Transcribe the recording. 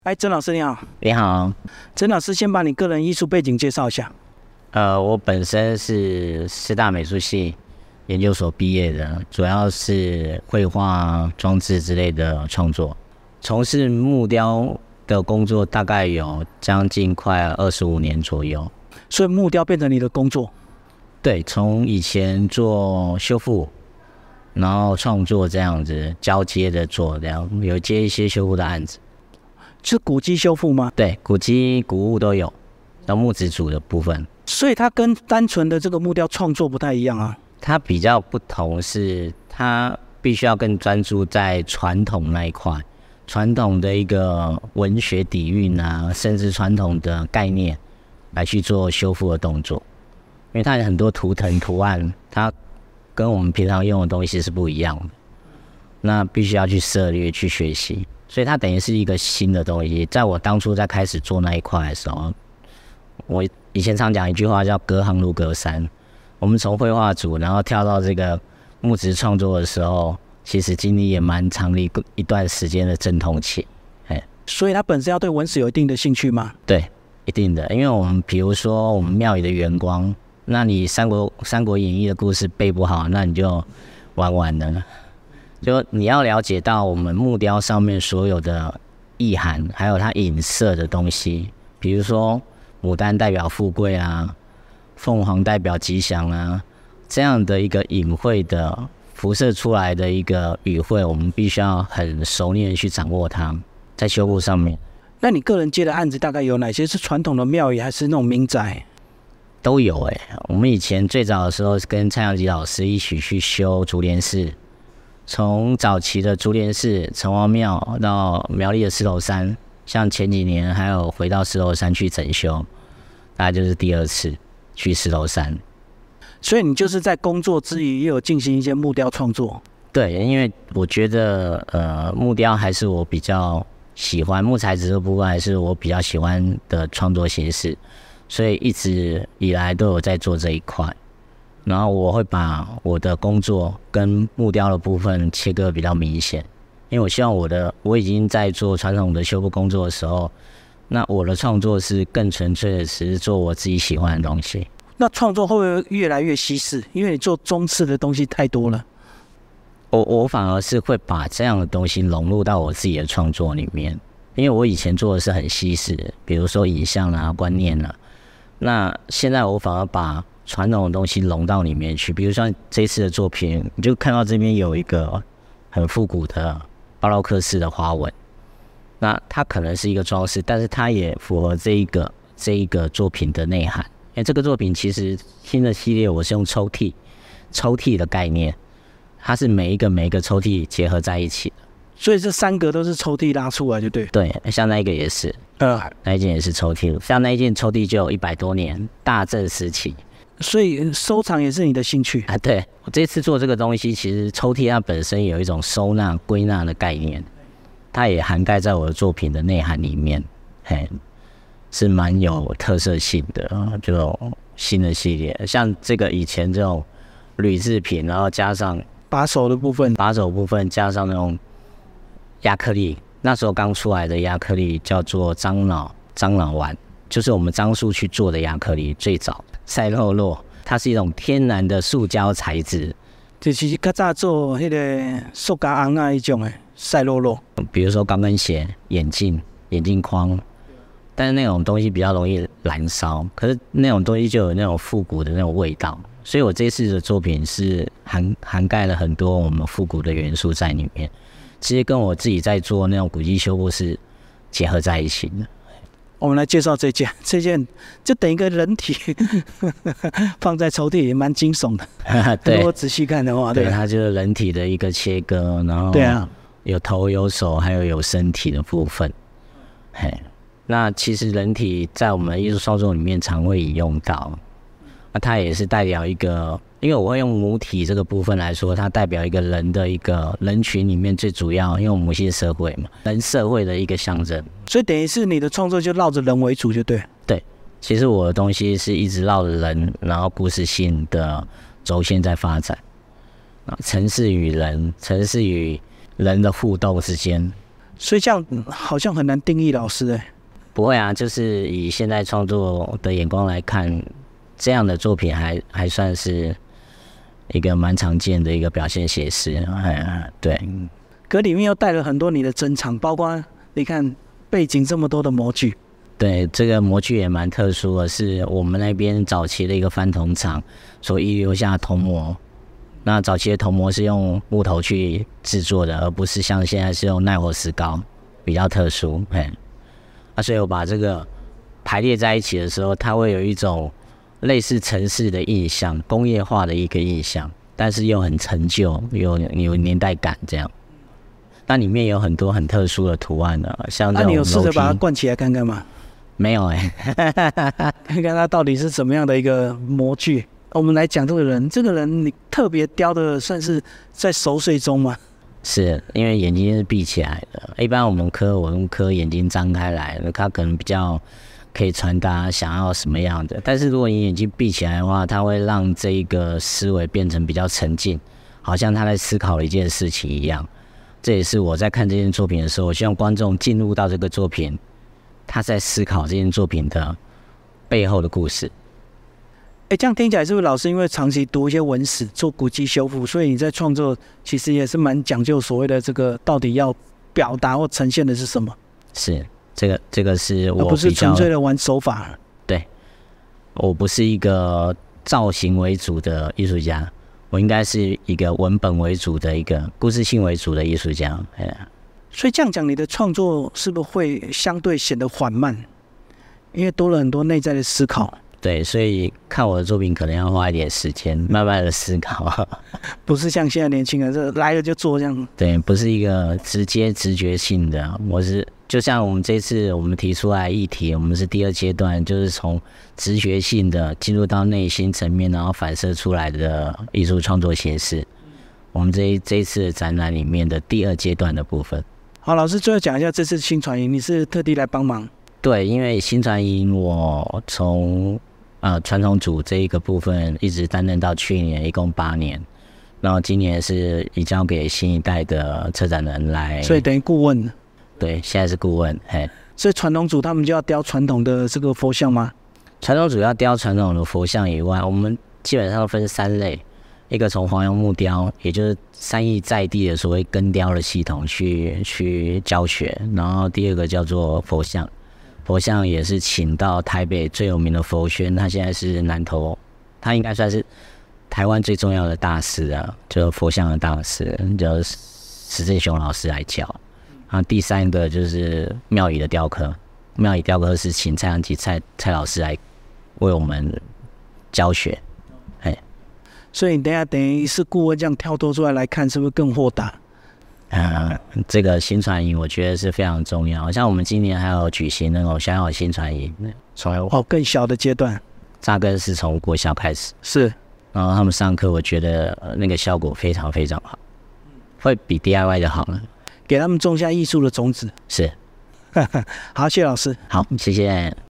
哎，曾老师你好。 你好。 曾老师先把你个人艺术背景介绍一下。 我本身是师大美术系研究所毕业的，主要是绘画、装置之类的创作。从事木雕的工作大概有将近快25年左右。 所以木雕变成你的工作？ 对，从以前做修复，然后创作这样子交接的做，这样有接一些修复的案子。 是古迹修复吗？ 对，古迹、古物都有，然后木质组的部分。 所以它跟单纯的这个木雕创作不太一样啊。 它比较不同是，它必须要更专注在传统那一块，传统的一个文学底蕴啊，甚至传统的概念来去做修复的动作。因为它有很多图腾图案，它跟我们平常用的东西是不一样的，那必须要去涉猎去学习。所以它等于是一个新的东西。在我当初在开始做那一块的时候，我以前常讲一句话叫隔行如隔山。我们从绘画组然后跳到这个木质创作的时候，其实经历也蛮长的一段时间的阵痛期。 所以他本身要对文史有一定的兴趣吗？ 对，一定的。因为我们比如说我们庙里的圆光，那你三国演义的故事背不好，那你就玩完了。就你要了解到我们木雕上面所有的意涵，还有它影射的东西，比如说牡丹代表富贵啊，凤凰代表吉祥啊，这样的一个隐晦的辐射出来的一个语汇，我们必须要很熟练的去掌握它，在修复上面。 那你个人接的案子大概有哪些？是传统的庙宇还是那种民宅？ 都有我们以前最早的时候跟蔡阳吉老师一起去修竹莲寺。从早期的竹莲寺、城隍庙到苗栗的石头山，像前几年还有回到石头山去整修，大概就是第2次去石头山。 所以你就是在工作之余也有进行一些木雕创作？ 对，因为我觉得木雕还是我比较喜欢，木材质的部分还是我比较喜欢的创作形式，所以一直以来都有在做这一块。然后我会把我的工作跟木雕的部分切割比较明显，因为我希望我已经在做传统的修复工作的时候，那我的创作是更纯粹的，只是做我自己喜欢的东西。 那创作会不会越来越稀释？因为你做中式的东西太多了。 我反而是会把这样的东西融入到我自己的创作里面，因为我以前做的是很西式的，比如说影像啊、观念啊，那现在我反而把传统的东西融到里面去。比如像这次的作品，你就看到这边有一个很复古的巴洛克式的花纹，那它可能是一个装饰，但是它也符合这一个作品的内涵。因为这个作品其实新的系列我是用抽屉的概念，它是每一个抽屉结合在一起的。 所以这3个都是抽屉拉出来就对。 对，像那一个也是，那一件也是抽屉，像那一件抽屉就有100多年，大正时期。 所以收藏也是你的兴趣啊？对，我这次做这个东西，其实抽屉它本身有一种收纳、归纳的概念，它也涵盖在我的作品的内涵里面，是蛮有特色性的。就新的系列，像这个以前这种铝制品，然后加上把手部分加上那种亚克力，那时候刚出来的亚克力叫做樟脑丸，就是我们樟树去做的亚克力，最早赛洛洛，它是一种天然的塑胶材质， 就是较早做那个塑胶红啊那种的赛洛洛， 比如说高跟鞋、眼镜框，但是那种东西比较容易燃烧，可是那种东西就有那种复古的那种味道，所以我这次的作品是涵盖了很多我们复古的元素在里面，其实跟我自己在做那种古迹修复是结合在一起的。 我们来介绍这件就等一个人体放在抽屉也蛮惊悚的。对，如果仔细看的话， 对，它就是人体的一个切割，然后有头有手还有身体的部分。那其实人体在我们艺术创作里面常会引用到，那它也是代表一个，因为我会用母体这个部分来说，它代表一个人的一个人群里面最主要，因为我们母系社会嘛，人社会的一个象征。 所以等于是你的创作就绕着人为主就对。 对，其实我的东西是一直绕着人，然后故事性的轴线在发展，城市与人的互动之间。 所以这样好像很难定义老师不会啊，就是以现在创作的眼光来看，这样的作品还算是一个蛮常见的一个表现形式。对。 可里面又带了很多你的珍藏，包括你看背景这么多的模具。 对，这个模具也蛮特殊的，是我们那边早期的一个翻铜厂所遗留下的铜模。那早期的铜模是用木头去制作的，而不是像现在是用耐火石膏，比较特殊。所以我把这个排列在一起的时候，它会有一种类似城市的印象，工业化的一个印象，但是又很陈旧，有年代感这样。那里面有很多很特殊的图案的，像这种楼梯。 你有试着把它灌起来看看吗？ 没有看看它到底是怎么样的一个模具。我们来讲这个人你特别雕的算是在熟睡中吗？ 是因为眼睛是闭起来的，一般我们刻文物刻眼睛张开来，它可能比较可以传达想要什么样的。但是如果你眼睛闭起来的话，它会让这个思维变成比较沉静，好像他在思考了一件事情一样。这也是我在看这件作品的时候，我希望观众进入到这个作品，他在思考这件作品的背后的故事。 这样听起来是不是老师因为长期读一些文史做古迹修复，所以你在创作其实也是蛮讲究所谓的这个到底要表达或呈现的是什么？ 是这个是我比较， 而不是纯粹的玩手法。 对，我不是一个造型为主的艺术家，我应该是一个文本为主的一个故事性为主的艺术家。 所以这样讲，你的创作是不是会相对显得缓慢？因为多了很多内在的思考。 对，所以看我的作品可能要花一点时间，慢慢的思考。 不是像现在年轻人是来了就做这样。 对，不是一个直觉性的。就像我们这次我们提出来议题，我们是第二阶段，就是从直觉性的进入到内心层面，然后反射出来的艺术创作形式。我们这一次的展览里面的第二阶段的部分。 好，老师最后讲一下这次新传营，你是特地来帮忙？ 对，因为新传营我从传统组这一个部分一直担任到去年，一共8年，然后今年是移交给新一代的策展人来， 所以等于顾问。 对，现在是顾问。 所以传统组他们就要雕传统的这个佛像吗？ 传统组要雕传统的佛像以外，我们基本上分3类，一个从黄杨木雕，也就是3义在地的所谓根雕的系统去教学，然后第二个叫做佛像。佛像也是请到台北最有名的佛轩，他现在是南投，他应该算是台湾最重要的大师啊，就是佛像的大师，就是石正雄老师来教。然后第3个就是庙宇的雕刻，庙宇雕刻是请蔡阳吉蔡老师来为我们教学。 所以你等于是顾问这样跳脱出来看，是不是更豁达？ 这个新传营我觉得是非常重要，像我们今年还有举行那种小小新传营， 更小的阶段， 扎根是从国小开始， 是， 然后他们上课，我觉得那个效果非常非常好，会比 DIY 的好了， 给他们种下艺术的种子。 是， 好，谢谢老师。 好，谢谢。